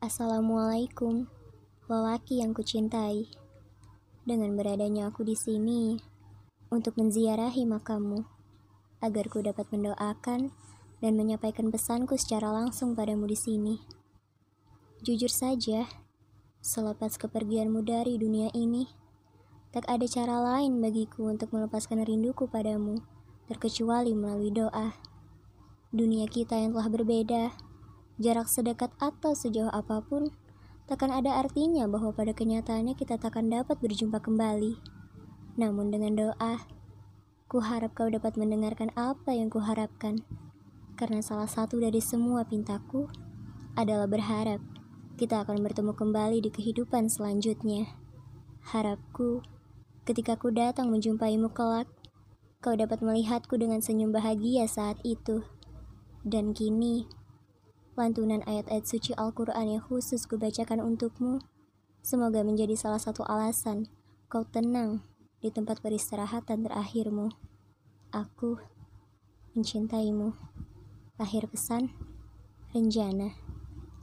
Assalamualaikum, lelaki yang kucintai. Dengan beradanya aku di sini untuk menziarahi makammu, agar ku dapat mendoakan dan menyampaikan pesanku secara langsung padamu di sini. Jujur saja, selepas kepergianmu dari dunia ini, tak ada cara lain bagiku untuk melepaskan rinduku padamu, terkecuali melalui doa. Dunia kita yang telah berbeda, jarak sedekat atau sejauh apapun, takkan ada artinya bahwa pada kenyataannya kita takkan dapat berjumpa kembali. Namun dengan doa, ku harap kau dapat mendengarkan apa yang ku harapkan. Karena salah satu dari semua pintaku adalah berharap kita akan bertemu kembali di kehidupan selanjutnya. Harapku, ketika ku datang menjumpaimu kelak, kau dapat melihatku dengan senyum bahagia saat itu. Dan kini, lantunan ayat-ayat suci Al-Quran yang khusus kubacakan untukmu, semoga menjadi salah satu alasan kau tenang di tempat peristirahatan terakhirmu. Aku mencintaimu. Akhir pesan, Renjana.